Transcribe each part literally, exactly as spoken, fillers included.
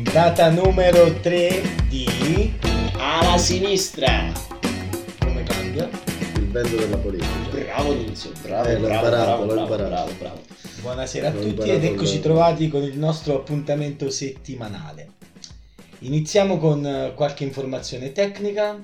puntata numero tre di Alla Sinistra. Come cambia? Il vento della politica. Bravo Nunzio, bravo, Eh, l'ho bravo, imparato, bravo, l'ho bravo, imparato. bravo, bravo. Buonasera a L'ho tutti imparato ed eccoci bene. trovati con il nostro appuntamento settimanale. Iniziamo con eh, qualche informazione tecnica.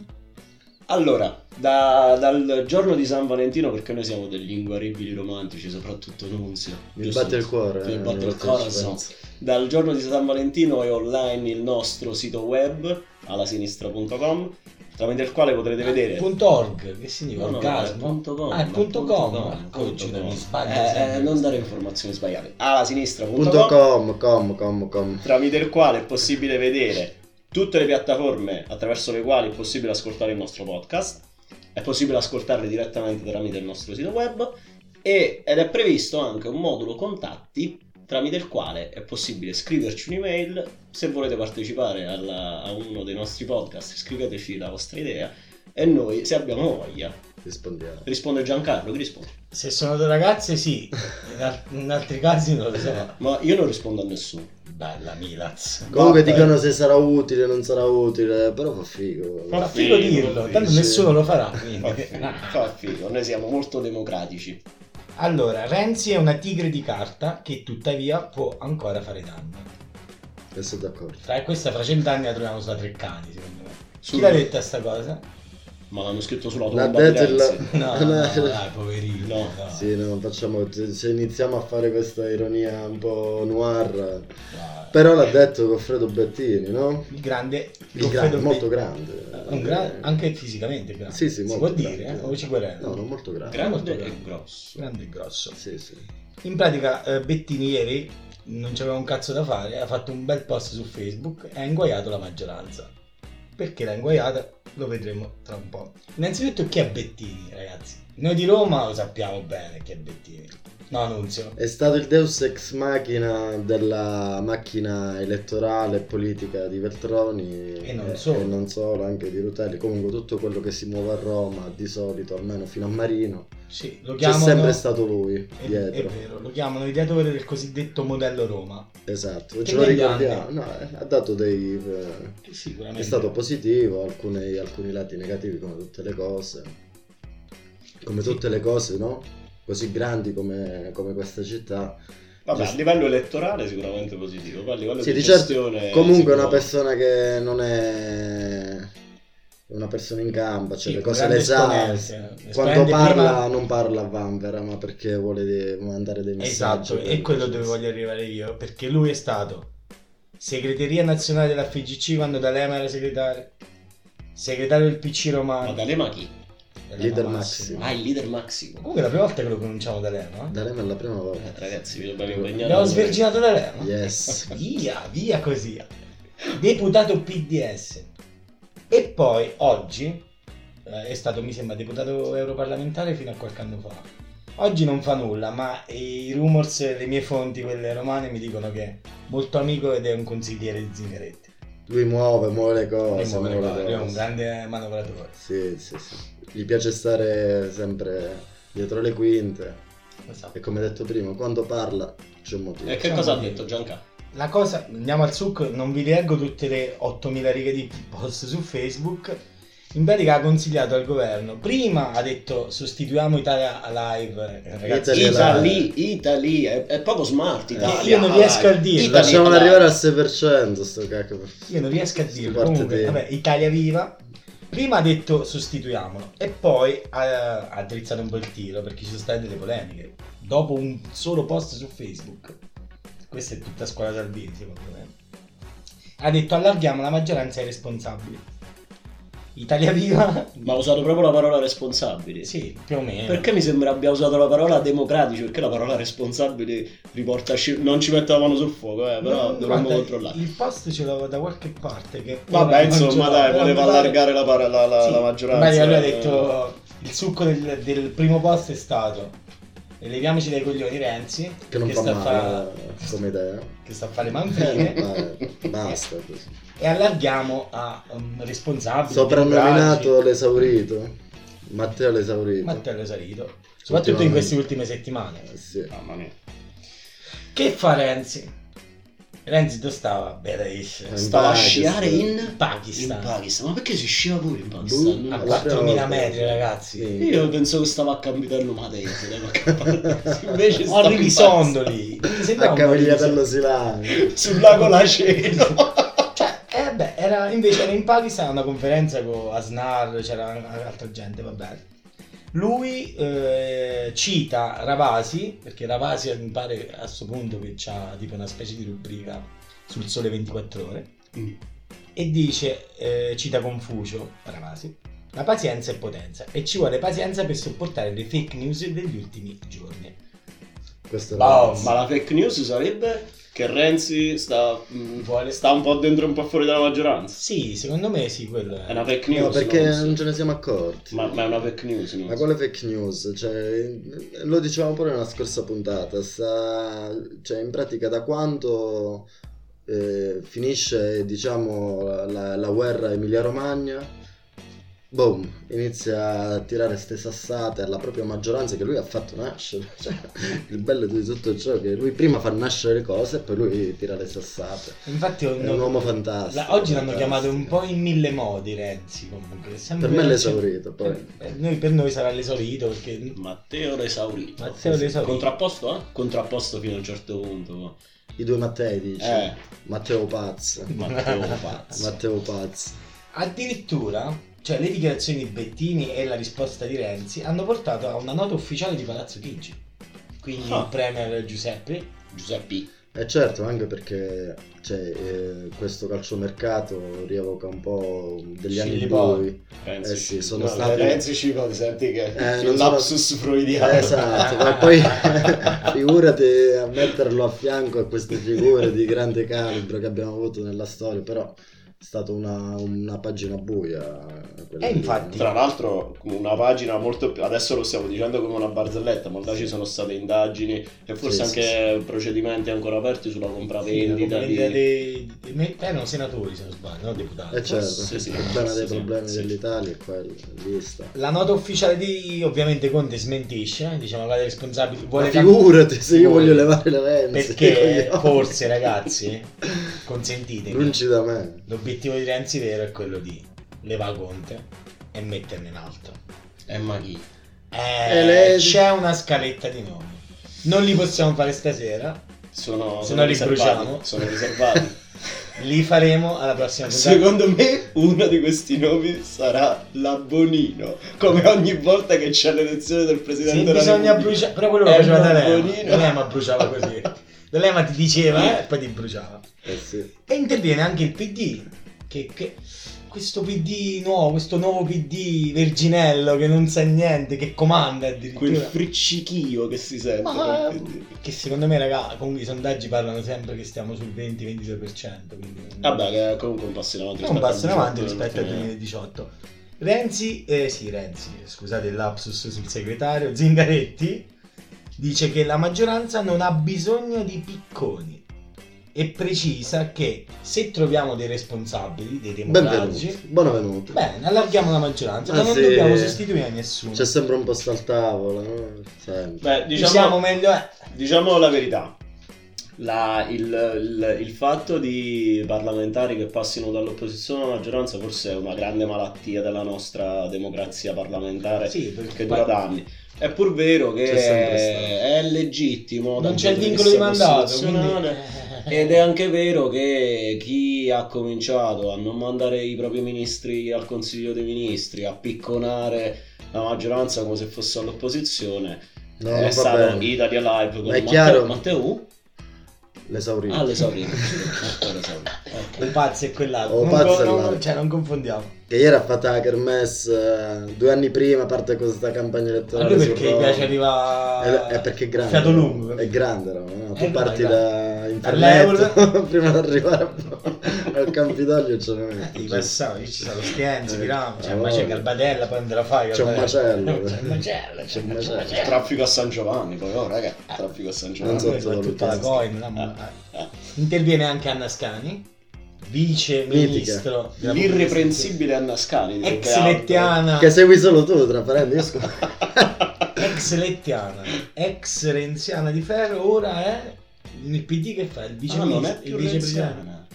Allora, da- dal giorno di San Valentino, perché noi siamo degli inguaribili romantici, soprattutto Nunzio. Mi giusto? batte il cuore. Mi eh, batte ogni il volta cuore, che ci so. penso. Dal giorno di San Valentino è online il nostro sito web, allasinistra punto com, tramite il quale potrete vedere... Punto .org, che significa? No, no, Orgasmo? è punto com, Ah, è punto punto com. com, Coach, punto com. mi sbaglio Eh, sempre. eh, non dare informazioni sbagliate. allasinistra punto Punto com, com, com, com, com. tramite il quale è possibile vedere tutte le piattaforme attraverso le quali è possibile ascoltare il nostro podcast. È possibile ascoltarle direttamente tramite il nostro sito web e, ed è previsto anche un modulo contatti tramite il quale è possibile scriverci un'email. Se volete partecipare alla- a uno dei nostri podcast, scriveteci la vostra idea e noi, se abbiamo voglia, Rispondiamo. risponde Giancarlo. Chi risponde? Se sono due ragazze sì, in, al- in altri casi non lo so. Ma io non rispondo a nessuno. Bella Milaz. Comunque Vabbè. dicono se sarà utile, non sarà utile, però fa figo. Fa Fa figo figo, dirlo, fa tanto figo, nessuno sì. lo farà. Quindi. Fa figo, fa figo. Noi siamo molto democratici. Allora, Renzi è una tigre di carta che tuttavia può ancora fare danno. E sono d'accordo. Tra questa fra cent'anni la troviamo sulla Treccani, secondo me. Chi Sul- l'ha detta sta cosa? Ma l'hanno scritto sulla L'ha tomba di detto il- Renzi. No, no, dai, poverino. No. no. Sì, no, facciamo, se iniziamo a fare questa ironia un po' noir. Dai. Però l'ha detto Goffredo Bettini, no? Il grande, Il Goffredo grande, molto Be- grande. Un gra- anche fisicamente grande. Sì, sì, si molto può grande. dire, eh? O ci querela? No, non molto grande. Grande molto e grande. grosso. Grande e grosso. Sì, sì. In pratica eh, Bettini ieri non c'aveva un cazzo da fare, ha fatto un bel post su Facebook e ha inguaiato la maggioranza. Perché l'ha inguaiata? Lo vedremo tra un po'. Innanzitutto chi è Bettini, ragazzi? Noi di Roma lo sappiamo bene chi è Bettini. No, Nunzio. È stato il deus ex machina della macchina elettorale e politica di Veltroni E non solo. e non solo, anche di Rutelli. Comunque tutto quello che si muove a Roma, di solito, almeno fino a Marino, Sì, lo c'è chiamano... sempre stato lui È, è dietro. vero, lo chiamano ideatore del cosiddetto modello Roma. Esatto, Che ce lo negli ricordiamo. anni- No, eh, ha dato dei... eh, Che sicuramente... è stato positivo, alcuni, alcuni lati negativi come tutte le cose. Come Sì. tutte le cose, no? Così grandi come, come questa città. Vabbè, Giusto. a livello elettorale sicuramente positivo, poi a livello Sì, di di certo, gestione comunque è una sicuro- persona che non è una persona in gamba, cioè Sì, le un cose grande le sa. esponente. Quando Esponente parla prima- non parla a vanvera, ma perché vuole de- mandare dei messaggi. Esatto, è quello dove voglio arrivare io, perché lui è stato segreteria nazionale della F G C quando D'Alema era segretario, segretario del P C Ma romano, D'Alema chi? D'Alema Leader Massimo. Ah, il leader Massimo. Comunque è la prima volta che lo pronunciamo D'Alema, eh? D'Alema è la prima Eh, volta. ragazzi, vi dobbiamo impegnare. Abbiamo sverginato D'Alema? Yes. Via, via così. Deputato P D S. E poi oggi eh, è stato, mi sembra, deputato europarlamentare fino a qualche anno fa. Oggi non fa nulla, ma i rumors, le mie fonti, quelle romane, mi dicono che è molto amico ed è un consigliere di Zingaretti. Lui muove, muove le cose. Lui muove le muove cose, lui è un cose. grande manovratore. Sì, sì, sì. Gli piace stare sempre dietro le quinte. Esatto. E come detto prima, quando parla c'è un motivo. E che Diciamo cosa ha che- detto Gianca? La cosa, andiamo al succo, non vi leggo tutte le ottomila righe di post su Facebook. In pratica ha consigliato al governo, prima ha detto sostituiamo Italia Live, eh, ragazzi, Italia Italy, Italy, è, è poco smart Italia. io non riesco a dirlo. Italy, Lasciamolo dai. arrivare al sei per cento sto cacchio. io non riesco a dirlo, Parte comunque, te. vabbè, Italia Viva, prima ha detto sostituiamolo e poi ha, ha drizzato un po' il tiro perché ci sono state delle polemiche, dopo un solo post su Facebook, questa è tutta scuola Salvini secondo me, ha detto allarghiamo la maggioranza ai responsabili. Italia Viva, Ma ha usato proprio la parola responsabili. sì, più o meno. Perché mi sembra abbia usato la parola democratici? Perché la parola responsabili riporta a sci- non ci mette la mano sul fuoco, eh, però No, dovremmo guarda, controllare. il post ce l'avevo da qualche parte che Vabbè, ora insomma, non ce l'ho, dai, però voleva mi pare- allargare la, par- la, la, Sì, la maggioranza. magari lui ha eh. detto il succo del, del primo post è stato leviamoci dai coglioni Renzi Che non fa sta a fa- male eh, come idea. che sta a fare le manfrine Vabbè, basta così. e allarghiamo a um, responsabili Soprannominato democratici. l'esaurito. Matteo l'esaurito. Matteo Esarito, soprattutto in queste ultime settimane. Eh, sì. Mamma mia. Che fa Renzi? Renzi dove stava? Benissimo. Stava a Pakistan. sciare in Pakistan. In Pakistan. Ma perché si sciva pure in Pakistan? Boh. A Non- quattromila metri, ragazzi. Sì. Io penso che stava a Campitello Matese. Invece stava Arrivi in sondoli. A Cavaliatello Silano. Pakistan. Sul lago Laceno. Cioè, eh beh, era, invece era in Pakistan una conferenza con Aznar, c'era altra gente, vabbè. Lui eh, cita Ravasi, perché Ravasi mi pare a questo punto che c'ha tipo una specie di rubrica sul Sole ventiquattro Ore, Mm. e dice, eh, cita Confucio, Ravasi, la pazienza è potenza e ci vuole pazienza per sopportare le fake news degli ultimi giorni. Questo Boom. Ma la fake news sarebbe che Renzi sta, mh, Vuole- sta un po' dentro e un po' fuori dalla maggioranza. Sì, secondo me sì, quello È è. una fake news. No, perché non so. non ce ne siamo accorti. Ma, ma è una fake news, no? Ma quale fake news? Cioè, lo dicevamo pure nella scorsa puntata, sta, cioè in pratica da quando eh, finisce diciamo la, la guerra Emilia-Romagna, boom, inizia a tirare ste sassate alla propria maggioranza che lui ha fatto nascere. Cioè, il bello di tutto ciò è che lui prima fa nascere le cose e poi lui tira le sassate. Infatti È un uomo fantastico. La- oggi l'hanno fantastico. chiamato un po' in mille modi Renzi, comunque. Per Sempre me è c'è- l'esaurito, poi. Eh, noi- per noi sarà l'esaurito perché Matteo l'esaurito. Matteo l'esaurito. Contrapposto, eh? Contrapposto fino a un certo punto. I due Mattei dice. Eh. Matteo Paz. Matteo pazzo. Matteo Paz. addirittura, cioè, le dichiarazioni di Bettini e la risposta di Renzi hanno portato a una nota ufficiale di Palazzo Chigi. Quindi Ah. il premier Giuseppe. Giuseppe. Eh certo, anche perché cioè, eh, questo calciomercato rievoca un po' degli anni Scillipoti. bui. Renzi, Eh sì, sono no, stati- Renzi Cipoli, senti che Eh, il non sono- lapsus freudiano. Eh, esatto, ma poi figurati a metterlo a fianco a queste figure di grande calibro che abbiamo avuto nella storia, però è stata una, una pagina buia. quella E di- infatti- Tra l'altro una pagina molto più, adesso lo stiamo dicendo come una barzelletta, ma là ci sono state indagini e forse Sì, anche procedimenti ancora aperti sulla Sì, la compravendita compravendita di... dei- dei- erano senatori, se non sbaglio, no deputati. Eh certo, Sì, sì, il problema sì, dei sì, problemi sì. dell'Italia è quello, lì sta. La nota ufficiale di ovviamente Conte smentisce, diciamo la responsabile Ma vuole figurati se io vuole- voglio levare le Renzi. perché coglioni. forse ragazzi, consentitemi, Lungi da me. l'obiettivo di Renzi vero è quello di levare Conte e metterne un altro. Eh ma chi? Eh, E lei- c'è una scaletta di nomi, non li possiamo fare stasera, Sono, Se sono no li riservati, bruciamo. sono riservati. li faremo alla prossima puntata. Secondo me uno di questi nomi sarà la Bonino, come ogni volta che c'è l'elezione del Sì, presidente della bisogna Repubblica. bruciare, però quello lo È faceva una D'Alema, Bonino. D'Alema bruciava così, D'Alema ti diceva eh, e poi ti bruciava. Eh sì. E interviene anche il P D, che, che questo P D nuovo, questo nuovo P D verginello che non sa niente, che comanda Quel addirittura. friccichio che si sente. Ma per dire. che secondo me, raga, comunque i sondaggi parlano sempre che stiamo sul venti ventidue per cento. Quindi Vabbè, che è comunque un passo in avanti. è un rispetto passo in al avanti diciotto, rispetto al eh. duemiladiciotto. Renzi, eh sì, Renzi, scusate il lapsus sul segretario, Zingaretti dice che la maggioranza non ha bisogno di picconi e precisa che se troviamo dei responsabili, dei democratici, Benvenuti. Buonvenuti. bene, allarghiamo la maggioranza, Ah, ma non sì. dobbiamo sostituire nessuno. C'è sempre un posto al tavolo, no? Sempre. Beh, Diciamo diciamo, meglio è. diciamo la verità. La- il, il- il fatto di parlamentari che passino dall'opposizione alla maggioranza forse è una grande malattia della nostra democrazia parlamentare Sì, perché che dura da anni. È pur vero che C'è sempre stato. è legittimo non dal c'è il punto vincolo di vista mandato, costituzionale. quindi... Ed è anche vero che chi ha cominciato a non mandare i propri ministri al Consiglio dei Ministri, a picconare la maggioranza come se fosse all'opposizione, No, è va stato bene. Italia Live con Ma è Matteo, chiaro. Matteo? L'esaurito. Ah, l'esaurito. Matteo l'esaurito. Ok. Un pazzo è quell'altro, Oh, non, pazzo è non- l'altro. cioè non confondiamo. Che ieri ha fatto la kermesse eh, due anni prima, parte con questa campagna A elettorale. lui su perché gli Roma. piace arrivare È, è perché è grande. fiato lungo, È capito? grande, no? No, tu Eh, no, parti è da All'Euro. internet prima di arrivare al Campidoglio ce ne Eh, metti. ti passavo, ci sono Stienzi, Eh, Piramo, c'è, ah, ma c'è voglia. Garbatella, poi non te la fai. C'è un Garbatella. macello. C'è un macello, c'è un macello. Il traffico a San Giovanni, poi, oh, raga, traffico a San Non so. Giovanni. Poi fa tutta la coin. no? Ah, ah. Interviene anche Anna Scani, vice ministro della L'irreprensibile Anna Scani. di ex che altro. lettiana, Che segui solo tu, tra parentesi. Io scop- ex lettiana, ex renziana di ferro, ora è nel P D che fa? Il vice Ah, non è il più vicepresidente. Renziana.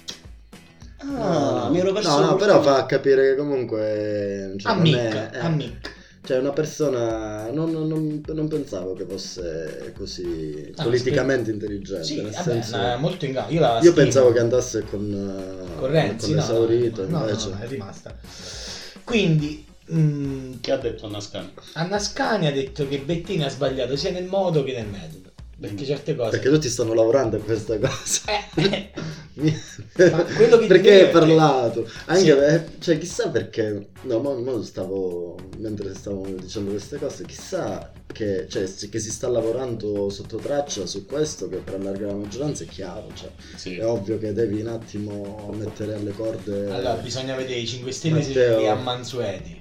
Ah, No, mi ero perso. no, no, l'ultimo- però fa capire che comunque cioè, non Amic, è, eh, amic. cioè una persona non, non- non- non pensavo che fosse così Ah, politicamente intelligente, Sì, nel vabbè, senso no, è molto in gamba. Io, la io stimo. pensavo che andasse con, eh, con Renzi, con no, esaurito, no, no, invece no, è rimasta. Quindi mm, Che ha detto Anna Scani? Anna Scani ha detto che Bettini ha sbagliato sia nel modo che nel metodo, perché certe cose perché tutti stanno lavorando a questa cosa. Eh, eh, Ma quello che perché dico hai è parlato anche Sì. eh, cioè chissà perché no mo, mo stavo mentre stavamo dicendo queste cose chissà che, cioè, che si sta lavorando sotto traccia su questo, che per allargare la maggioranza è chiaro, cioè, Sì. è ovvio che devi un attimo mettere alle corde. allora bisogna vedere i cinque Stelle se Matteo. li ha mansueti.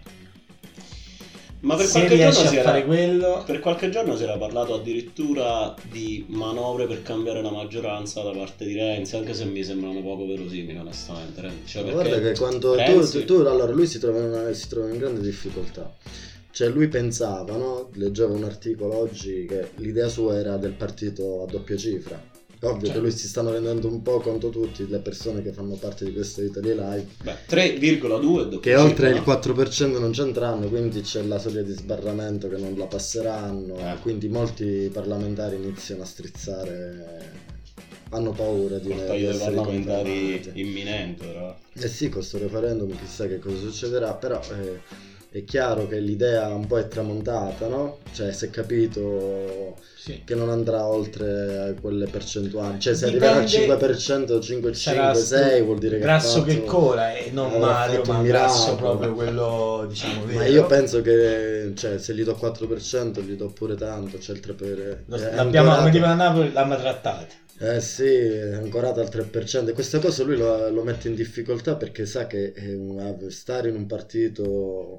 Ma per Se qualche giorno riesce si a era fare quello, per qualche giorno si era parlato addirittura di manovre per cambiare la maggioranza da parte di Renzi, anche se mi sembrano poco verosimili onestamente. Cioè, Ma perché guarda che quando tu, Renzi- tu, tu- allora lui si trova, in una, si trova in grande difficoltà, cioè lui pensava, no? Leggevo un articolo oggi che l'idea sua era del partito a doppia cifra. Ovvio Cioè. che lui si stanno rendendo un po' conto tutti le persone che fanno parte di questa Italia Live beh, tre virgola due doppia che cifra, oltre no? il quattro per cento non c'entranno, quindi c'è la soglia di sbarramento che non la passeranno, Eh. quindi molti parlamentari iniziano a strizzare, hanno paura di, Col di taglio dei essere parlamentari confermati. imminente, però. Eh sì, con sto referendum chissà che cosa succederà, però eh, è chiaro che l'idea un po' è tramontata, no? Cioè si è capito sì. che non andrà oltre quelle percentuali, cioè se Dipende- arriverà al cinque per cento, cinque, sarà cinque, sei vuol dire che ha grasso fatto- che cola e non avrà Mario, fatto ma un grasso miracolo. proprio quello, diciamo, vero. Ma io penso che cioè, se gli do quattro per cento gli do pure tanto, c'è il tre per cento. Lo- è l'abbiamo, come ancorato- dicono a Napoli, l'hanno trattato. Eh sì, è ancorato al tre per cento e questa cosa lui lo, lo mette in difficoltà perché sa che è un- stare in un partito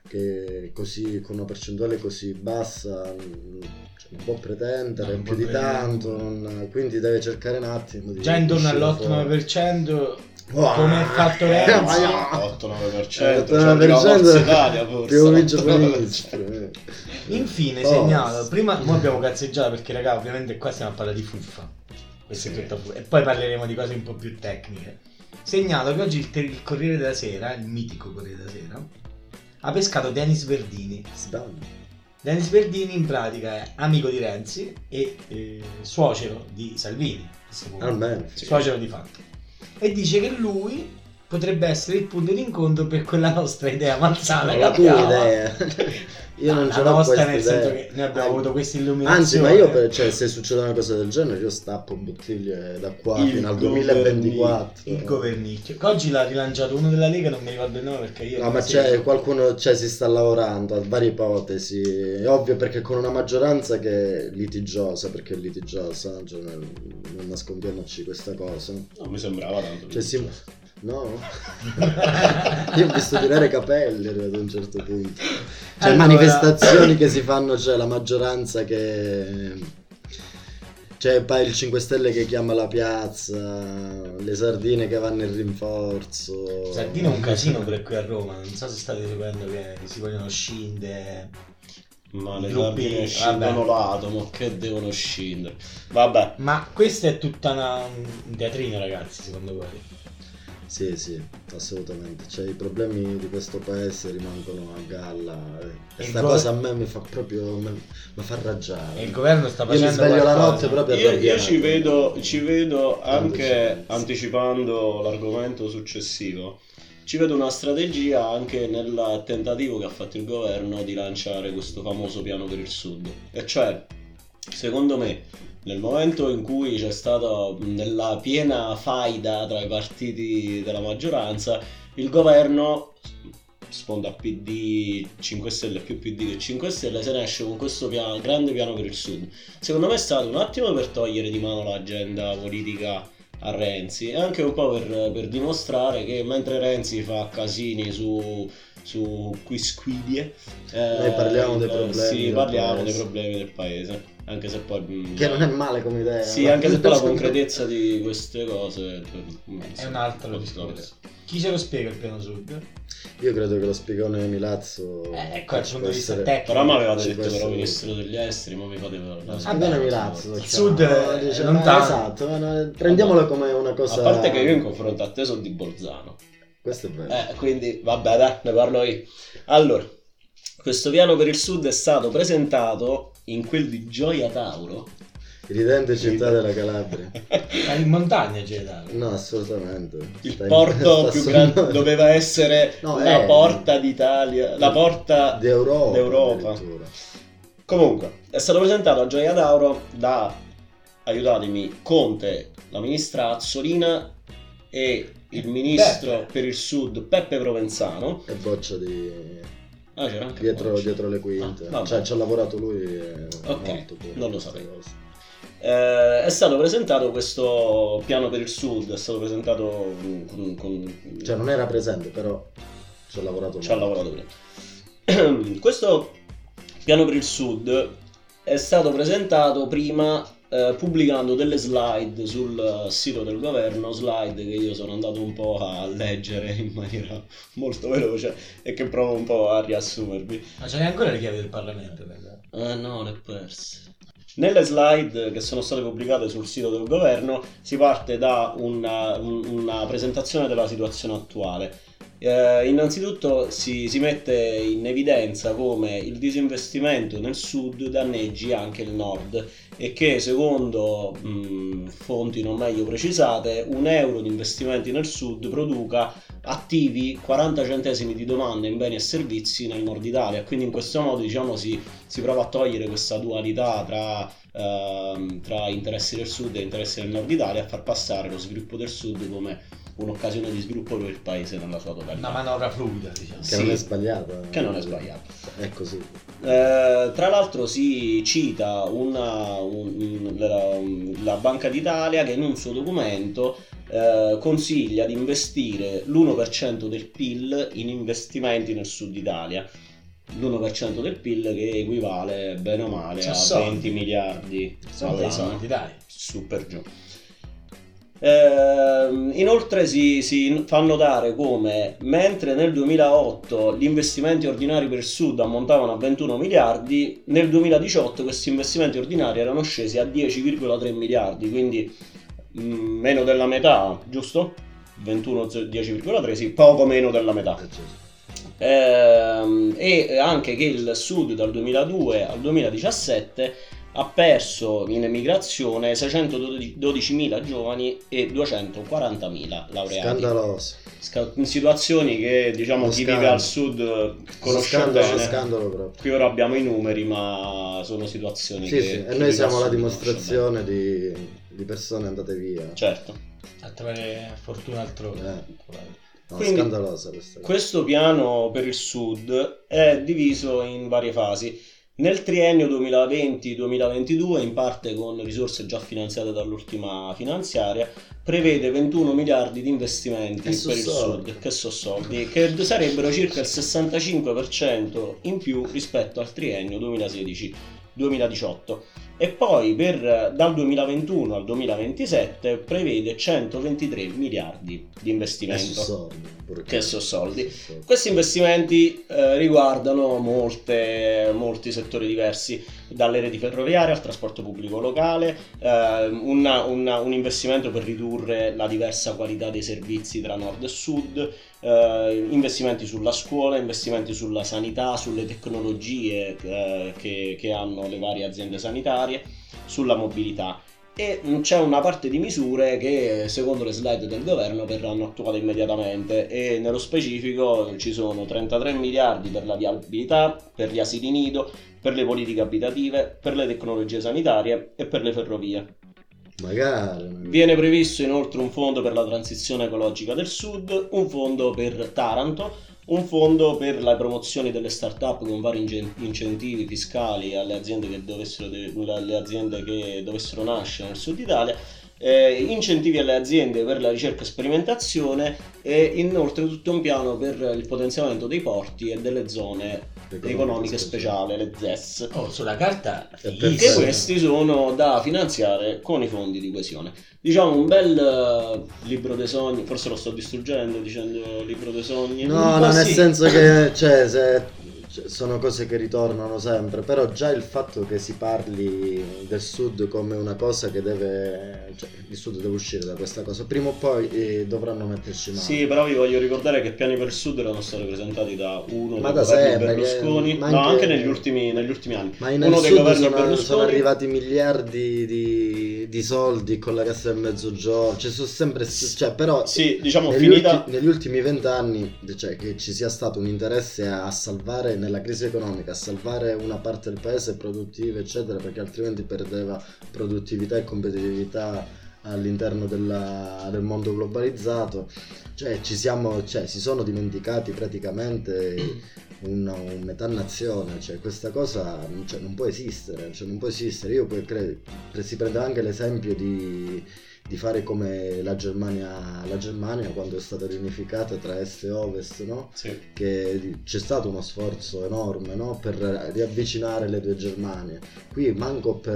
che così con una percentuale così bassa mm, cioè, non può pretendere No, non più può di pretendere. tanto, non- quindi deve cercare un attimo di Già intorno uscire all'otto nove fuori. per cento Wow. come è fatto Eh, Renzi. ma no. otto nove per cento, Eh, cioè arriva otto nove per Forza cento Italia forse. più vince otto nove per Ministro. cento. Infine Forza. segnalo, prima mo abbiamo cazzeggiato perché raga ovviamente qua stiamo a parlare di fuffa, questo è Sì. tutto fu- e poi parleremo di cose un po' più tecniche. Segnalo che oggi il, te- il Corriere della Sera, il mitico Corriere della Sera, ha pescato Denis Verdini. Sbam. Denis Verdini in pratica è amico di Renzi e eh, suocero di Salvini, a questo punto. Almeno. Suocero di fatto, e dice che lui potrebbe essere il punto di incontro per quella nostra idea malsana che La tua abbiamo. idea. Io non La ce l'ho nostra, questa nel idea. senso che noi abbiamo An- avuto questa Anzi, illuminazione. ma io per- cioè, se succede una cosa del genere io stappo bottiglie da qua Il fino al governi- duemilaventiquattro. il governicchio, che oggi l'ha rilanciato uno della Lega, non mi ricordo il nome perché io No, non ma seguo. c'è qualcuno, cioè si sta lavorando a varie ipotesi. È ovvio perché con una maggioranza che è litigiosa, perché è litigiosa, cioè, non non nascondiamoci questa cosa. Non mi sembrava tanto. Cioè, si... No? Io ho visto tirare i capelli ad un certo punto. Cioè, Allora- manifestazioni che si fanno, c'è la maggioranza che... C'è poi il cinque Stelle che chiama la piazza, le sardine che vanno in rinforzo. Sardino è un casino pure qui a Roma, non so se state seguendo che si vogliono scindere. Ma le Gruppi- sardine scendono vabbè. l'atomo, che devono scendere. Vabbè, Ma questa è tutta una, un teatrino, ragazzi, secondo voi? Sì, sì, assolutamente. Cioè, i problemi di questo paese rimangono a galla. E Il sta go- cosa a me mi fa proprio... mi, mi fa raggiare. E il governo sta Io mi facendo sveglio la qualcosa. notte proprio io, io arrabbiato. ci vedo, ci vedo anche Tanto anticipando l'argomento successivo. Ci vedo una strategia anche nel tentativo che ha fatto il governo di lanciare questo famoso piano per il sud. E cioè, secondo me, nel momento in cui c'è stata nella piena faida tra i partiti della maggioranza, il governo, sponda P D, cinque Stelle, più P D che cinque Stelle, se ne esce con questo piano, grande piano per il sud. Secondo me è stato un attimo per togliere di mano l'agenda politica a Renzi e anche un po' per, per dimostrare che mentre Renzi fa casini su, su quisquidie, eh, Noi parliamo dei problemi sì, del parliamo paese. dei problemi del paese, anche se poi mh, Che non è male come idea. sì, ma- anche se poi la concretezza di queste cose È un altro discorso. Chi ce lo spiega il piano sud? Io credo che lo spiegone Milazzo Eh, ecco, dal punto può di vista essere- tecnico. Però mi aveva Sì, detto questo- però ministro degli esteri, ma mi fate Lo parlare. spiegone Vabbè, Milazzo il si sud chiama, è dice, lontano. ma esatto, ma no, prendiamolo come una A cosa. parte che io in confronto a te sono di Bolzano. Questo è vero. Eh, quindi vabbè, dai, ne parlo io. Allora, questo piano per il sud è stato presentato in quel di Gioia Tauro. Ridente città della Calabria. Ma in montagna c'è da. No, assolutamente. Il Sta in- porto sta più sul- grande doveva essere No, la è- porta d'Italia, la porta d'Europa. d'Europa. addirittura. Comunque, è stato presentato a Gioia Tauro da, aiutatemi, Conte, la ministra Azzolina e il ministro Peppe. per il sud Peppe Provenzano. E Boccia di... Ah, c'era anche dietro, Boccia. dietro le quinte. Ah, vabbè. cioè, ci ha lavorato lui. eh, Ok, molto pure non lo queste sapevo. cose. Eh, è stato presentato questo piano per il sud, è stato presentato con, con- Cioè, non era presente, però ci ha lavorato ci ha molto. lavorato prima. Questo piano per il sud è stato presentato prima eh, pubblicando delle slide sul sito del governo, slide che io sono andato un po' a leggere in maniera molto veloce e che provo un po' a riassumervi. Ma ce n'è ancora le chiavi del Parlamento, guarda. Ah no, le ho perse. Nelle slide che sono state pubblicate sul sito del governo si parte da una, un- una presentazione della situazione attuale. Eh, innanzitutto si, si mette in evidenza come il disinvestimento nel sud danneggi anche il nord e che secondo mh, fonti non meglio precisate un euro di investimenti nel sud produca attivi quaranta centesimi di domanda in beni e servizi nel nord Italia, quindi in questo modo diciamo si, si prova a togliere questa dualità tra, ehm, tra interessi del sud e interessi del nord Italia, a far passare lo sviluppo del sud come un'occasione di sviluppo per il paese nella sua Una totalità, manovra fluida, diciamo. Che Sì. non è sbagliato. che non è sbagliato. È così. Eh, tra l'altro si cita una, un- la, la Banca d'Italia che in un suo documento eh, consiglia di investire l'uno per cento del P I L in investimenti nel sud Italia. L'uno per cento del P I L che equivale bene o male Sono a soldi. venti miliardi Sono dei all'anno, soldi, dai. su per giù. Ehm, inoltre si, si fa notare come mentre nel duemilaotto gli investimenti ordinari per il sud ammontavano a ventuno miliardi, nel duemiladiciotto questi investimenti ordinari erano scesi a dieci virgola tre miliardi, quindi mh, meno della metà, giusto? ventuno, dieci virgola tre, sì, poco meno della metà. Eh, certo. Ehm, e anche che il sud dal duemiladue al duemiladiciassette ha perso in emigrazione seicentododicimila giovani e duecentoquarantamila laureati. Scandaloso. Sca- in situazioni che diciamo Uno chi scandalo. vive al sud conosce scandalo, bene. scandalo proprio. Qui ora abbiamo i numeri, ma sono situazioni Sì, che sì. chi E vive noi al siamo la sud conosce dimostrazione di, di persone andate via. bene. Certo. A trovare fortuna altrove. Eh. No, Quindi- scandalosa questa cosa. Questo piano per il sud è diviso in varie fasi. Nel triennio duemilaventi duemilaventidue, in parte con risorse già finanziate dall'ultima finanziaria, prevede ventuno miliardi di investimenti Che so per il soldi. sud, che so soldi, che sarebbero circa il sessantacinque per cento in più rispetto al triennio duemilasedici duemiladiciotto. E poi per, dal duemilaventuno al duemilaventisette prevede centoventitré miliardi di Che investimento. so soldi. pure Che so soldi. Che so soldi. Questi investimenti eh, riguardano molte, molti settori diversi, dalle reti ferroviarie al trasporto pubblico locale, eh, una- una- un investimento per ridurre la diversa qualità dei servizi tra nord e sud, eh, investimenti sulla scuola, investimenti sulla sanità, sulle tecnologie eh, che, che hanno le varie aziende sanitarie, sulla mobilità. E mh, c'è una parte di misure che secondo le slide del governo verranno attuate immediatamente, e nello specifico ci sono trentatré miliardi per la viabilità, per gli asili nido, per le politiche abitative, per le tecnologie sanitarie e per le ferrovie. Magari. Viene previsto inoltre un fondo per la transizione ecologica del sud, un fondo per Taranto, un fondo per la promozione delle start-up con vari inge- incentivi fiscali alle aziende che dovessero, de- alle aziende che dovessero nascere nel sud Italia, eh, incentivi alle aziende per la ricerca e sperimentazione, e inoltre tutto un piano per il potenziamento dei porti e delle zone economiche speciali, le Z E S. Oh, sulla carta Che fighissimo. questi sono da finanziare con i fondi di coesione. Diciamo un bel uh, libro dei sogni, forse lo sto distruggendo dicendo libro dei sogni. No, Un po' no, nel sì. senso che cioè, se, cioè, sono cose che ritornano sempre, però già il fatto che si parli del Sud come una cosa che deve, cioè il Sud deve uscire da questa cosa, prima o poi eh, dovranno metterci mano. Sì, però vi voglio ricordare che Piani per il Sud erano stati presentati da uno Ma dei da governi sempre, Berlusconi, che- ma no, anche- anche negli ultimi, negli ultimi anni. Ma nel Uno dei Sud governi sono, Berlusconi. sono arrivati miliardi di, di soldi con la cassa del mezzogiorno, cioè sono sempre, cioè, però Sì, diciamo negli, finita. ulti- negli ultimi vent'anni, cioè che ci sia stato un interesse a, a salvare nella crisi economica, a salvare una parte del paese produttiva, eccetera, perché altrimenti perdeva produttività e competitività all'interno della- del mondo globalizzato. Cioè ci siamo, cioè, si sono dimenticati praticamente un, un metà nazione, cioè questa cosa cioè, non può esistere, cioè non può esistere. Io poi credo, si prende anche l'esempio di, di fare come la Germania, la Germania quando è stata riunificata tra est e ovest, no? Sì. Che c'è stato uno sforzo enorme, no? Per riavvicinare le due Germanie. Qui manco per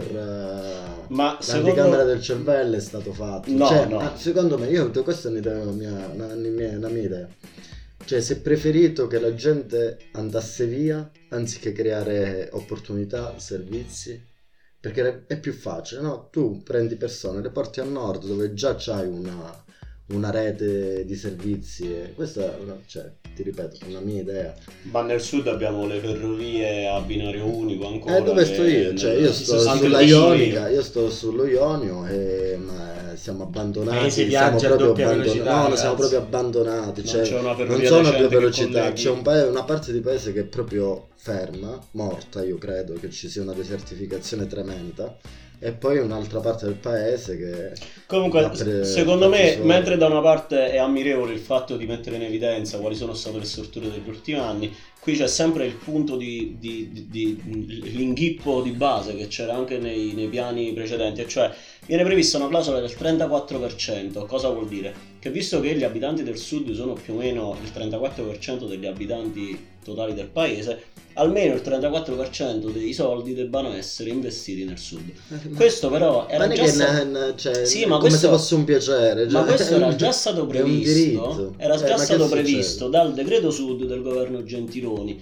eh, Ma l'anticamera secondo del cervello è stato fatto. No, Cioè, no. ma secondo me, io questa è un'idea, una mia, una, mia, una mia idea. Cioè, si è preferito che la gente andasse via anziché creare opportunità, servizi, perché è più facile, no? Tu prendi persone, le porti a nord dove già c'hai una, una rete di servizi e questa, cioè, ti ripeto, è una mia idea. Ma nel sud abbiamo le ferrovie a binario unico ancora. Eh, dove che sto io? nel- Cioè, io sto anche sulla dove sto Ionica, io. io sto sullo Ionio e ma siamo abbandonati, Ma si siamo viaggia a proprio doppia abbandonati. velocità, No, no, siamo ragazzi. proprio abbandonati, Non cioè, c'è una non ferrovia sono a decente due che velocità, colleghi. c'è un paese, una parte di paese che è proprio ferma, morta, io credo che ci sia una desertificazione tremenda. E poi un'altra parte del paese che Comunque, apre- secondo me, fatti suoi. mentre da una parte è ammirevole il fatto di mettere in evidenza quali sono state le storture degli ultimi anni, qui c'è sempre il punto di, di, di, di- l'inghippo di base che c'era anche nei, nei piani precedenti, e cioè viene prevista una clausola del trentaquattro per cento. Cosa vuol dire? Che visto che gli abitanti del sud sono più o meno il trentaquattro per cento degli abitanti totali del paese, almeno il trentaquattro per cento dei soldi debbano essere investiti nel sud. Questo però era ma già che stato... na- cioè, Sì, ma come questo- se fosse un piacere, Ma cioè, questo è era un- già stato è un previsto, diritto. era Cioè, già ma che stato succede? previsto dal decreto sud del governo Gentiloni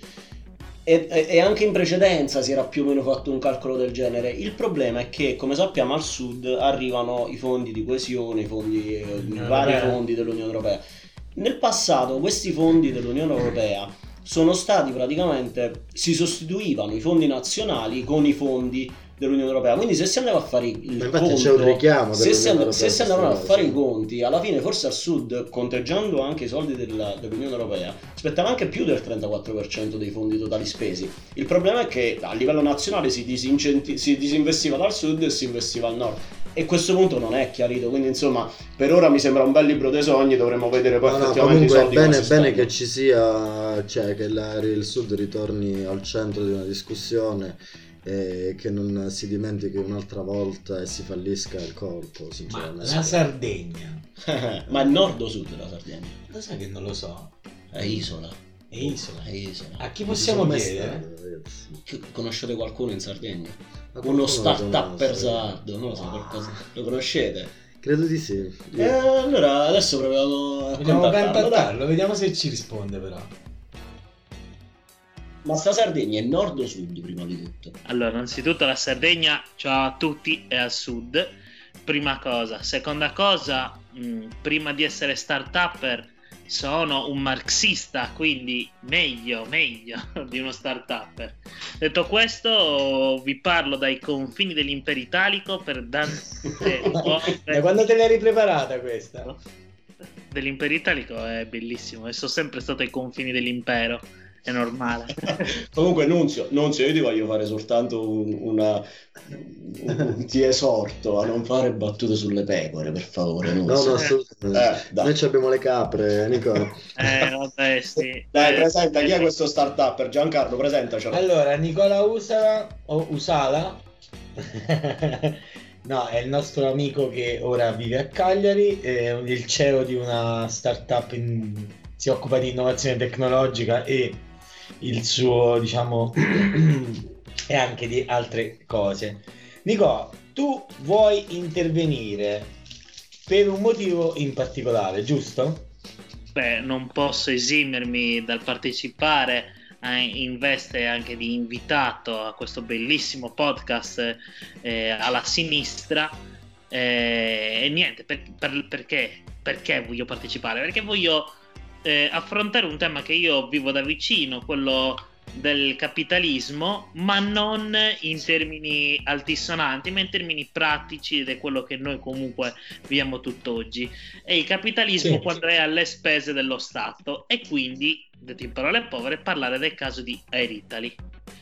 e, e- e anche in precedenza si era più o meno fatto un calcolo del genere. Il problema è che, come sappiamo, al sud arrivano i fondi di coesione, i fondi, eh, i vari Europea. fondi dell'Unione Europea. Nel passato questi fondi dell'Unione Europea sono stati praticamente, si sostituivano i fondi nazionali con i fondi dell'Unione Europea, quindi se si andava a fare il Ma infatti conto, c'è un richiamo se si, dell'Unione and- se Europea si a andavano a questa fare cosa. i conti, alla fine forse al sud, conteggiando anche i soldi della- dell'Unione Europea, spettava anche più del trentaquattro per cento dei fondi totali spesi. Il problema è che a livello nazionale si, disincenti- si disinvestiva dal sud e si investiva al nord, e a questo punto non è chiarito, quindi insomma per ora mi sembra un bel libro dei sogni, dovremmo vedere poi No, no, effettivamente i comunque è soldi come bene, si bene spendono. che ci sia, cioè che la- il sud ritorni al centro di una discussione e che non si dimentichi un'altra volta e si fallisca il colpo, Ma sinceramente. la Sardegna, Ma è nord o sud della Sardegna? lo sai che non lo so, È isola. è isola. È isola. A chi Non ci possiamo sono mai chiedere? stato, ragazzi. Che- Conoscete qualcuno in Sardegna? Ma Uno qualcuno start-upper lo conosce? sardo, non lo so, Ah. qualcosa. Lo conoscete? Credo di sì. Io- Eh, allora adesso proviamo a Vediamo contattarlo, dai. contattarlo, vediamo se ci risponde però. Ma sta Sardegna è nord o sud prima di tutto? Allora, innanzitutto la Sardegna, ciao a tutti, è al sud. Prima cosa. Seconda cosa, mh, prima di essere start-upper sono un marxista, quindi meglio, meglio di uno start-upper. Detto questo, vi parlo dai confini dell'impero italico per Dante Da quando te l'hai ripreparata questa? dell'impero italico è bellissimo e sono sempre stato ai confini dell'impero, è normale. Comunque Nunzio, Nunzio, io ti voglio fare soltanto un, una, un- ti esorto a non fare battute sulle pecore, per favore, No, Nunzio. no, assolutamente. Eh, dai. Noi ci abbiamo le capre, Nico. Eh, vabbè, sì. Dai, Eh, presenta, chi è eh, questo start-upper? Giancarlo, presentacelo. Allora, Nicola Usala o Usala no, è il nostro amico che ora vive a Cagliari, è il C E O di una startup in- si occupa di innovazione tecnologica e il suo, diciamo, e anche di altre cose. Nico, tu vuoi intervenire per un motivo in particolare, giusto? Beh, non posso esimermi dal partecipare in veste anche di invitato a questo bellissimo podcast eh, alla sinistra. Eh, e niente, per, per, perché? Perché voglio partecipare? Perché voglio eh, affrontare un tema che io vivo da vicino, quello del capitalismo, ma non in termini altisonanti, ma in termini pratici, ed è quello che noi comunque viviamo tutt'oggi. È il capitalismo, sì, quando è alle spese dello Stato, e quindi, detto in parole povere, parlare del caso di Air Italy.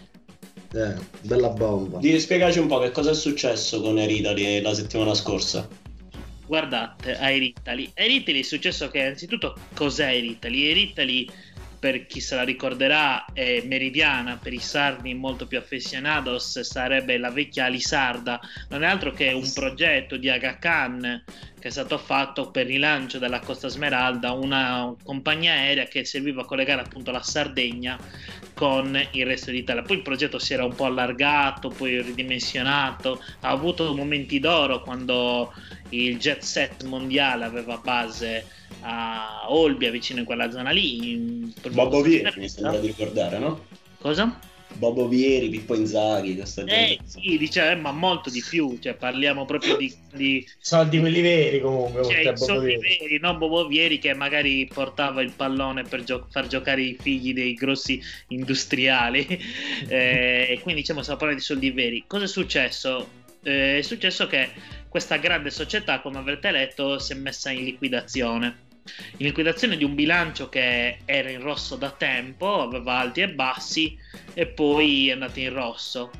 Eh, bella bomba. Di spiegarci un po' che cosa è successo con Air Italy la settimana scorsa. Guardate, Air Italy. Air Italy è successo che, innanzitutto, cos'è Air Italy? Air Italy, per chi se la ricorderà, è meridiana, per i sardi molto più affezionados sarebbe la vecchia Alisarda. Non è altro che un progetto di Aga Khan che è stato fatto per rilancio della Costa Smeralda, una compagnia aerea che serviva a collegare appunto la Sardegna con il resto d'Italia. Poi il progetto si era un po' allargato, poi ridimensionato, ha avuto momenti d'oro quando il jet set mondiale aveva base a Olbia, vicino in quella zona lì. Bobo Vieri, mi sembra di ricordare, no? Cosa? Bobo Vieri, Pippo Inzaghi, questa gente. Eh sì, dice, eh, ma molto di più, cioè parliamo proprio di, di... soldi quelli veri comunque, cioè, soldi veri, non Bobo Vieri che magari portava il pallone per gio- far giocare i figli dei grossi industriali. eh, e quindi diciamo stiamo parlando di soldi veri. Cosa è successo? Eh, è successo che questa grande società, come avrete letto, si è messa in liquidazione. In liquidazione di un bilancio che era in rosso da tempo, aveva alti e bassi, e poi è andato in rosso.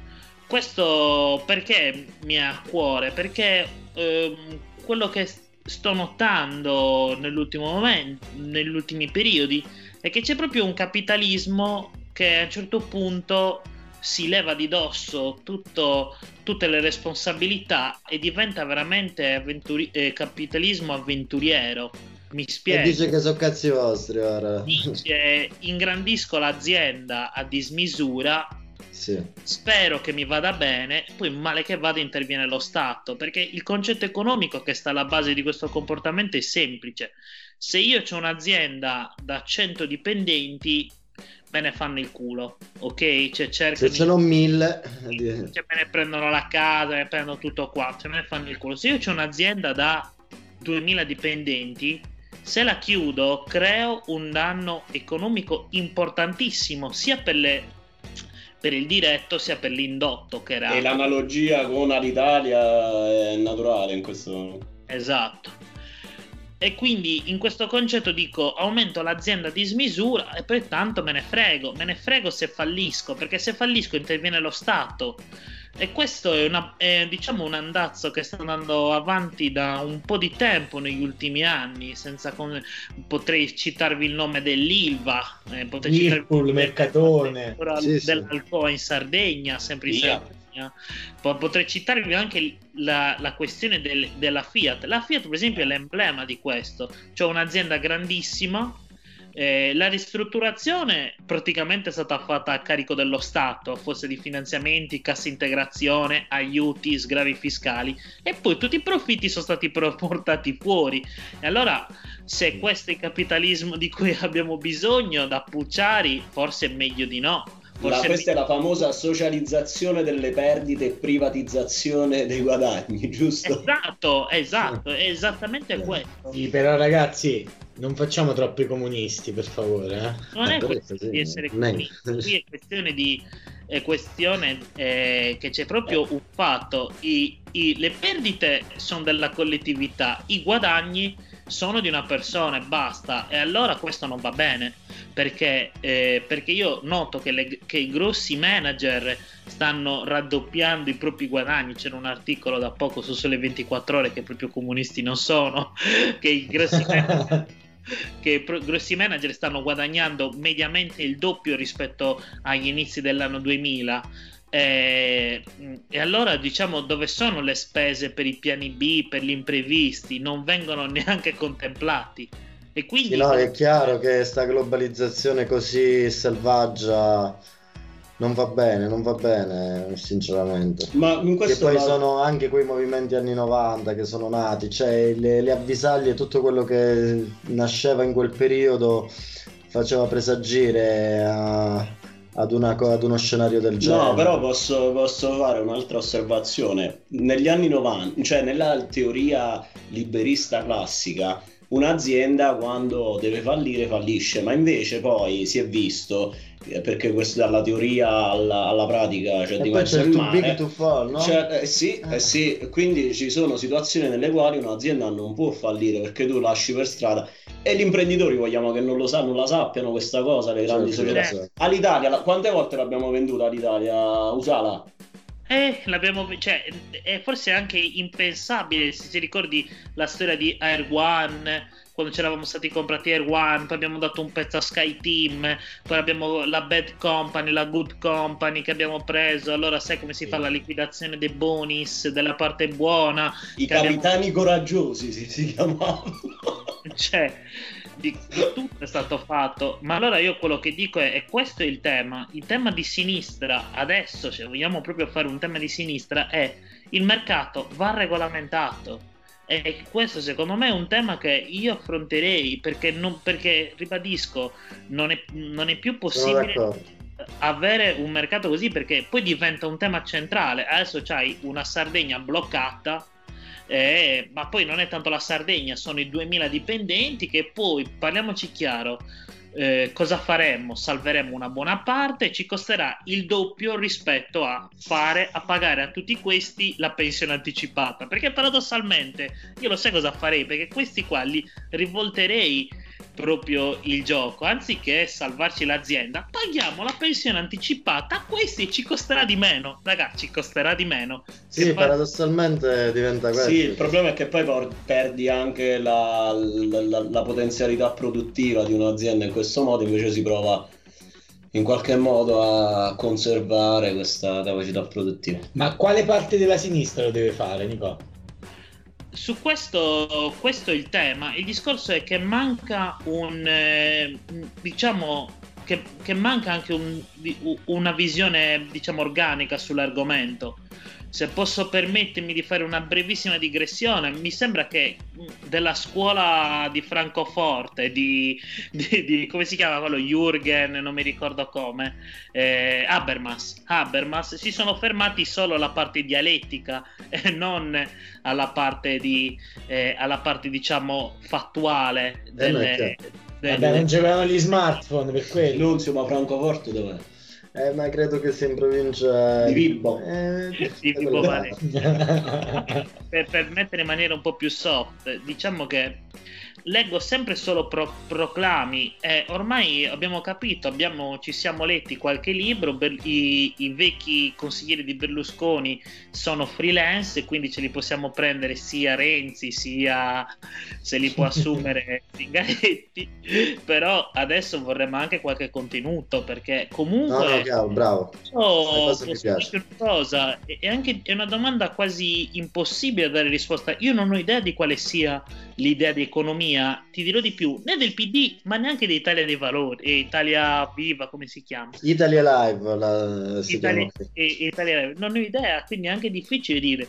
Questo perché mi è a cuore? Perché ehm, quello che sto notando nell'ultimo momento, negli ultimi periodi, è che c'è proprio un capitalismo che a un certo punto si leva di dosso tutto, tutte le responsabilità e diventa veramente avventuri- eh, capitalismo avventuriero. Mi spiego. E dice che sono cazzi vostri ora. Dice ingrandisco l'azienda a dismisura, sì, spero che mi vada bene, poi male che vada interviene lo Stato, perché il concetto economico che sta alla base di questo comportamento è semplice. Se io ho un'azienda da cento dipendenti, me ne fanno il culo, ok? Cioè, cercano se ce n'ho mille, cioè, me ne prendono la casa, me ne prendono tutto qua, cioè, me ne fanno il culo. Se io ho un'azienda da duemila dipendenti, se la chiudo creo un danno economico importantissimo sia per, le, per il diretto sia per l'indotto che era... E l'analogia con Alitalia è naturale in questo... Esatto. E quindi in questo concetto dico aumento l'azienda a dismisura e pertanto me ne frego, me ne frego se fallisco, perché se fallisco interviene lo Stato. E questo è, una, è diciamo un andazzo che sta andando avanti da un po' di tempo negli ultimi anni, senza con... potrei citarvi il nome dell'Ilva, eh, potrei Whirlpool, Mercatone, sì, dell'Alcoa sì. in Sardegna, sempre in Via. Sardegna. Potrei citarvi anche la, la questione del, della Fiat. La Fiat per esempio è l'emblema di questo, cioè un'azienda grandissima. Eh, la ristrutturazione praticamente è stata fatta a carico dello Stato, fosse di finanziamenti, cassa integrazione, aiuti, sgravi fiscali, e poi tutti i profitti sono stati portati fuori. E allora, se questo è il capitalismo di cui abbiamo bisogno da Pucciari, forse è meglio di no. La, questa è la famosa socializzazione delle perdite e privatizzazione dei guadagni, giusto? Esatto, esatto, è esattamente questo. Sì, però ragazzi, non facciamo troppi comunisti, per favore. Eh? Non eh, è questione sì, di essere ne- comunisti, qui è questione di è questione eh, che c'è proprio un fatto. I, i, le perdite sono della collettività, i guadagni sono di una persona e basta. E allora questo non va bene, perché, eh, perché io noto che, le, che i grossi manager stanno raddoppiando i propri guadagni. C'era un articolo da poco su Sole ventiquattro Ore che proprio comunisti non sono, che i grossi manager che i pro- grossi manager stanno guadagnando mediamente il doppio rispetto agli inizi dell'anno duemila. E, e allora diciamo, dove sono le spese per i piani B, per gli imprevisti? Non vengono neanche contemplati. E quindi Sì, no, è chiaro che sta globalizzazione così selvaggia non va bene, non va bene, sinceramente. Ma in Che questo poi la- sono anche quei movimenti anni novanta che sono nati, cioè le, le avvisaglie, tutto quello che nasceva in quel periodo faceva presagire a- ad, una co- ad uno scenario del No, genere. però posso, posso fare un'altra osservazione. Negli anni novanta, cioè nella teoria liberista classica, un'azienda quando deve fallire fallisce, ma invece poi si è visto, eh, perché questo dalla teoria alla, alla pratica c'è E di poi mezzo c'è il il too big mare. to fall, no? Cioè, eh, sì, eh Eh. sì, quindi ci sono situazioni nelle quali un'azienda non può fallire perché tu lasci per strada e gli imprenditori vogliamo che non lo sa, non la sappiano questa cosa, le grandi Certo, società. certo. All'Italia, la- quante volte l'abbiamo venduta all'Italia? Usala. Eh, l'abbiamo, cioè, è forse anche impensabile, se ti ricordi la storia di Air One, quando ci eravamo stati comprati Air One, poi abbiamo dato un pezzo a Sky Team, poi abbiamo la Bad Company, la Good Company che abbiamo preso, allora sai come si fa la liquidazione dei bonus, della parte buona, I che abbiamo- capitani coraggiosi si, si chiamavano. cioè di, di tutto è stato fatto. Ma allora io quello che dico è, e questo è il tema, il tema di sinistra adesso, se vogliamo proprio fare un tema di sinistra, è il mercato va regolamentato, e questo secondo me è un tema che io affronterei, perché, non, perché ribadisco, non è, non è più Sono possibile d'accordo. avere un mercato così, perché poi diventa un tema centrale. Adesso c'hai una Sardegna bloccata, eh, ma poi non è tanto la Sardegna, sono i duemila dipendenti che poi, parliamoci chiaro, eh, cosa faremmo? Salveremmo una buona parte, ci costerà il doppio rispetto a fare, a pagare a tutti questi la pensione anticipata, perché paradossalmente io lo sai cosa farei, perché questi qua li rivolterei proprio il gioco, anziché salvarci l'azienda paghiamo la pensione anticipata a questi, ci costerà di meno, ragazzi, ci costerà di meno. Sì, Se fa- paradossalmente diventa questo. Sì, il problema è che poi por- perdi anche la, la- la- la potenzialità produttiva di un'azienda in questo modo, invece si prova in qualche modo a conservare questa capacità produttiva. Ma quale parte della sinistra lo deve fare, Nico? Su questo, questo è il tema. Il discorso è che manca un, eh, diciamo, che, che manca anche un- di- una visione, diciamo, organica sull'argomento. Se posso permettermi di fare una brevissima digressione, mi sembra che della scuola di Francoforte, di, di- di- come si chiama quello? Jürgen, non mi ricordo come, eh, Habermas, Habermas, si sono fermati solo alla parte dialettica e non alla parte di, eh, alla parte, diciamo, fattuale delle, Eh, delle- Vabbè, non giocavano gli smartphone per quello. Nunzio, ma Francoforte dov'è? Eh, ma credo che sia in provincia Di Vibo. Eh, Di è Vibo quella Valentia. là. per, per mettere in maniera un po' più soft, diciamo che leggo sempre solo pro- proclami e ormai abbiamo capito, abbiamo, ci siamo letti qualche libro, Ber- i, i vecchi consiglieri di Berlusconi sono freelance e quindi ce li possiamo prendere sia Renzi sia se li può assumere Zingaretti, però adesso vorremmo anche qualche contenuto, perché comunque No, no, chiaro, bravo. Oh, Questa cosa mi posso piace. dirti una cosa, è è anche è una domanda quasi impossibile da dare risposta. Io non ho idea di quale sia l'idea di economia, ti dirò di più, né del P D, ma neanche di Italia dei Valori, e Italia Viva, come si chiama? Italia Live la, si Italia, chiama qui. e- Italia, non ho idea, quindi è anche difficile dire.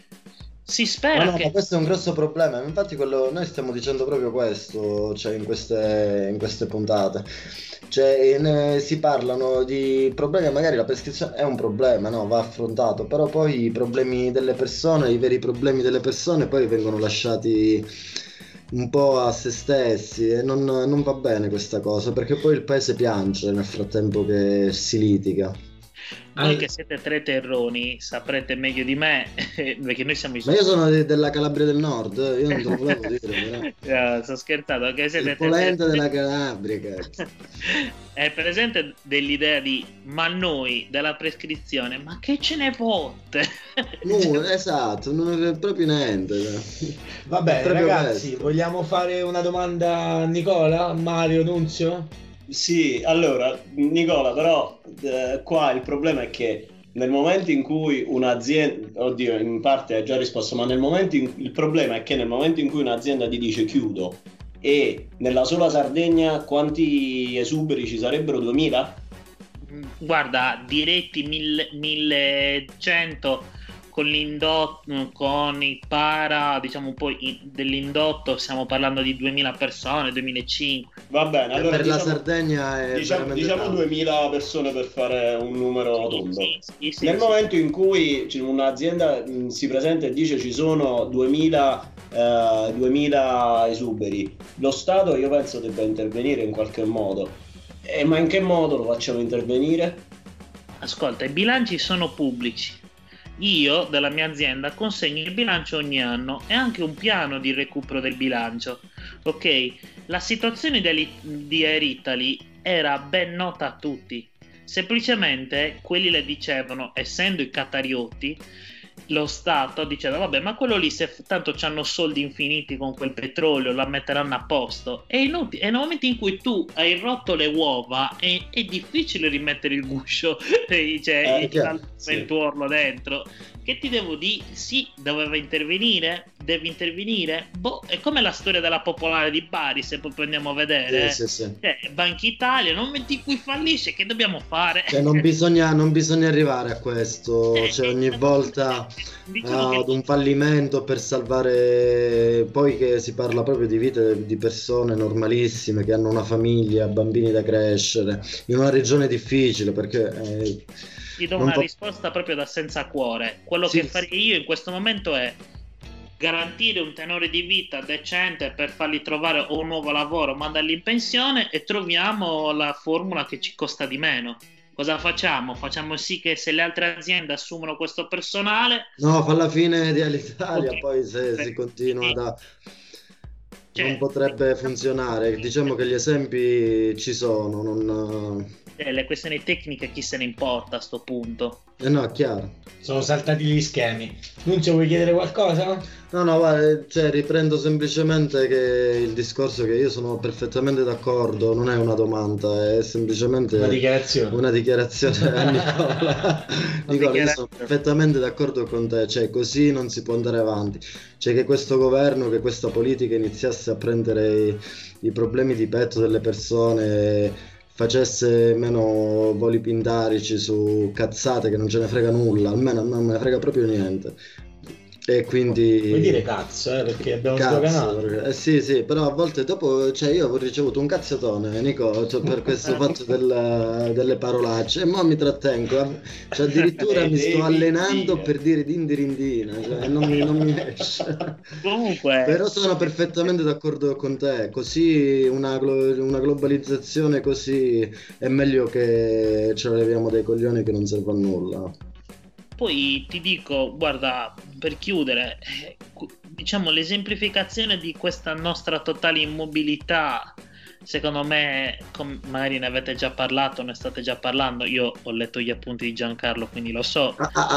Si No, spera no, che ma questo è un grosso problema. Infatti, quello, noi stiamo dicendo proprio questo, cioè in queste, in queste puntate. Cioè, ne- si parlano di problemi, magari la prescrizione è un problema, no? Va affrontato, però poi i problemi delle persone, i veri problemi delle persone, poi vengono lasciati un po' a se stessi e non, non va bene questa cosa, perché poi il paese piange nel frattempo che si litiga. voi che siete tre terroni saprete meglio di me, perché noi siamo i Ma io sono de- della Calabria del Nord, io non te lo volevo dire, però. Eh, sto scherzando, che siete Il tre polente terroni. della Calabria, cazzo. È presente dell'idea di ma noi della prescrizione, ma che ce ne fotte? No, esatto, non è proprio niente. Va bene, Proprio ragazzi, questo. vogliamo fare una domanda a Nicola, Mario, Nunzio? Sì, allora, Nicola, però eh, qua il problema è che nel momento in cui un'azienda, oddio, in parte hai già risposto, ma nel momento in, il problema è che nel momento in cui un'azienda ti dice chiudo, E nella sola Sardegna quanti esuberi ci sarebbero? duemila? Guarda, diretti mille, millecento con l'indotto, con il para, diciamo un po' in- dell'indotto, stiamo parlando di duemila persone, duemilacinque. Va bene, allora per diciamo, la Sardegna è diciamo, veramente diciamo tanto. duemila persone per fare un numero tondo. Sì, sì, sì, Nel sì. momento in cui c'è un'azienda mh, si presenta e dice ci sono duemila, eh, duemila esuberi, lo Stato io penso debba intervenire in qualche modo. Eh, ma in che modo lo facciamo intervenire? Ascolta, i bilanci sono pubblici. Io della mia azienda consegno il bilancio ogni anno e anche un piano di recupero del bilancio. Ok, la situazione di di Air Italy era ben nota a tutti. Semplicemente quelli le dicevano, essendo i qatarioti, lo Stato diceva vabbè, ma quello lì se f- tanto c'hanno soldi infiniti con quel petrolio la metteranno a posto. È inutile, e nel momento in cui tu hai rotto le uova è, è difficile rimettere il guscio e cioè, Eh, il, chiaro, sì. il tuorlo dentro. Che ti devo dire? Sì, doveva intervenire, devi intervenire. Boh, è come la storia della Popolare di Bari, se proprio andiamo a vedere. Sì, sì, sì. Cioè, Banca Italia, nel momento in cui fallisce, che dobbiamo fare? Cioè, non bisogna, non bisogna arrivare a questo, cioè ogni volta Diciamo che ad un fallimento per salvare, poi che si parla proprio di vite di persone normalissime che hanno una famiglia, bambini da crescere, in una regione difficile perché eh, ti do non una po- risposta proprio da senza cuore. Quello Sì, che farei io in questo momento è garantire un tenore di vita decente per fargli trovare un nuovo lavoro, mandarli in pensione e troviamo la formula che ci costa di meno. Cosa facciamo? Facciamo sì che se le altre aziende assumono questo personale, no, fa la fine di Alitalia, Ok. poi se si continua da... Cioè, non potrebbe funzionare. Diciamo che gli esempi ci sono, non... eh, le questioni tecniche chi se ne importa a sto punto. Eh no, è chiaro. Sono saltati gli schemi. Non ci vuoi chiedere qualcosa? No, no, guarda, cioè, riprendo semplicemente che il discorso che io sono perfettamente d'accordo, non è una domanda, è semplicemente Una dichiarazione. una dichiarazione a Nicola. Nicola, io sono perfettamente d'accordo con te, cioè così non si può andare avanti, cioè che questo governo, che questa politica iniziasse a prendere i, i problemi di petto delle persone, facesse meno voli pindarici su cazzate che non ce ne frega nulla, almeno non me ne frega proprio niente. E quindi Vuoi dire cazzo, eh, perché abbiamo cazzo, sdoganato. perché- eh sì, sì, però a volte dopo, cioè io ho ricevuto un cazzatone, Nico, cioè, per questo fatto del- delle parolacce, e mo mi trattengo, eh. Cioè, addirittura Eh, mi sto devi allenando dire. per dire dindirindina, cioè, non, mi- non mi esce. Comunque, Però sono perfettamente d'accordo con te, così una, glo- una globalizzazione così è meglio che ce la leviamo dai coglioni che non serve a nulla. poi ti dico, guarda, per chiudere, eh, cu- diciamo l'esemplificazione di questa nostra totale immobilità, secondo me, com- magari ne avete già parlato, ne state già parlando, io ho letto gli appunti di Giancarlo, quindi lo so, Ah, ah,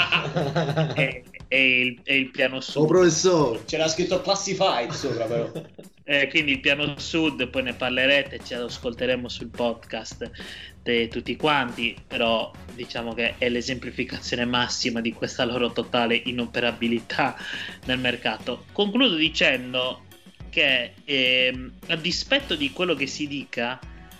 ah. è, è il, è il piano Oh sud. professore! C'era scritto classified sopra però. Eh, quindi il piano sud, poi ne parlerete, ci ascolteremo sul podcast de- tutti quanti, però diciamo che è l'esemplificazione massima di questa loro totale inoperabilità nel mercato. Concludo dicendo che ehm, a dispetto di quello che si dica,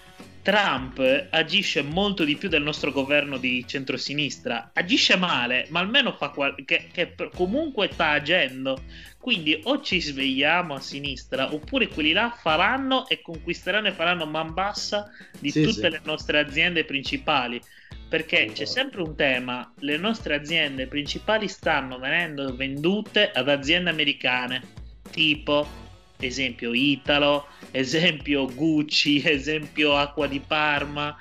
Trump agisce molto di più del nostro governo di centrosinistra, agisce male, ma almeno fa qual- che, che comunque sta agendo. Quindi o ci svegliamo a sinistra oppure quelli là faranno e conquisteranno e faranno man bassa di Sì, tutte sì. le nostre aziende principali, perché c'è sempre un tema: le nostre aziende principali stanno venendo vendute ad aziende americane, tipo esempio Italo, esempio Gucci, esempio Acqua di Parma,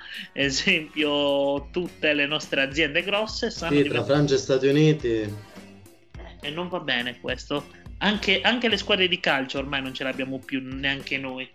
esempio tutte le nostre aziende grosse stanno Sì, tra diventando... Francia e Stati Uniti. e non va bene questo. Anche, anche le squadre di calcio ormai non ce l'abbiamo più, neanche noi.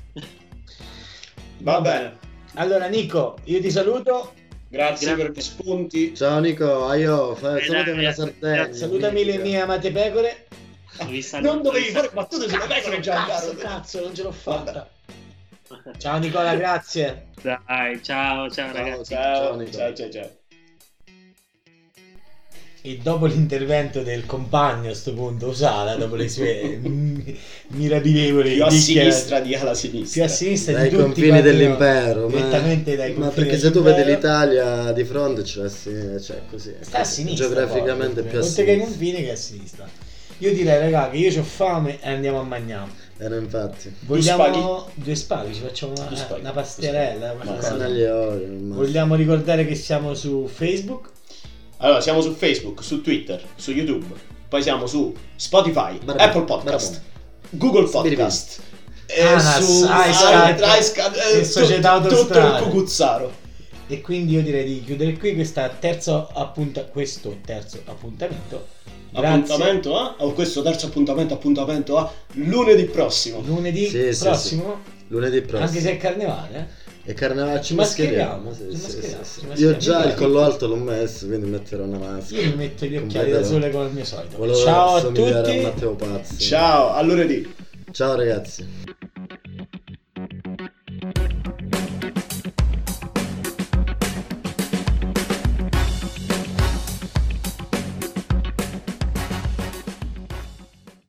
Va bene. Allora Nico, io ti saluto. Grazie Grazie. per gli spunti. Ciao Nico, aio, fa- Eh, salutami dai, la Sardegna. grazie. Salutami le mie amate pecore. Vi saluto. Non dovevi fare battute sulle pecore, Cazzo, Giancarlo. cazzo, non ce l'ho fatta. Ciao Nicola, grazie. Dai, ciao, ciao Ciao, ragazzi. Ciao, Ciao, Nico. ciao, ciao, ciao. E dopo l'intervento del compagno a sto punto Usala, dopo le sue mm, mirabilevoli più a dichiara- sinistra di alla sinistra. più a sinistra Dai di tutti confini quanti dell'impero, noi, ma- direttamente dai Ma confini perché se tu vedi dell'impero. l'Italia di fronte c'è, sì, c'è così. Sta a sinistra Geograficamente poi, più a oltre che ai sinistra. confini che a sinistra. Io direi raga che io ho fame e andiamo a mangiare. Era infatti. Vogliamo due spaghi, ci facciamo una, Due spaghi, una pastirella, due spaghi. qualcosa. Sono agli oli, ormai. Vogliamo ricordare che siamo su Facebook, Allora, siamo su Facebook, su Twitter, su YouTube, poi siamo su Spotify, Barabon, Apple Podcast, Google Podcast, e Anas, su iScan, iScan, e eh, Società tutto, tutto il Autostrade. cucuzzaro. e quindi io direi di chiudere qui questa terzo appunta- questo terzo appuntamento. Grazie. Appuntamento a? O questo terzo appuntamento, appuntamento a lunedì prossimo. Lunedì Sì, sì, prossimo, Lunedì prossimo. anche se è carnevale, eh? E carnevale ci Ci mascheriamo. mascheriamo, Sì, ci sì, mascheriamo, sì, ci sì. mascheriamo. Io già il Dai. collo alto l'ho messo, quindi metterò una maschera. Io mi metto gli occhiali da Completamente. sole come al mio solito. Volevo Ciao a somigliare tutti. a Matteo Pazzi. Ciao, a lunedì. Ciao ragazzi.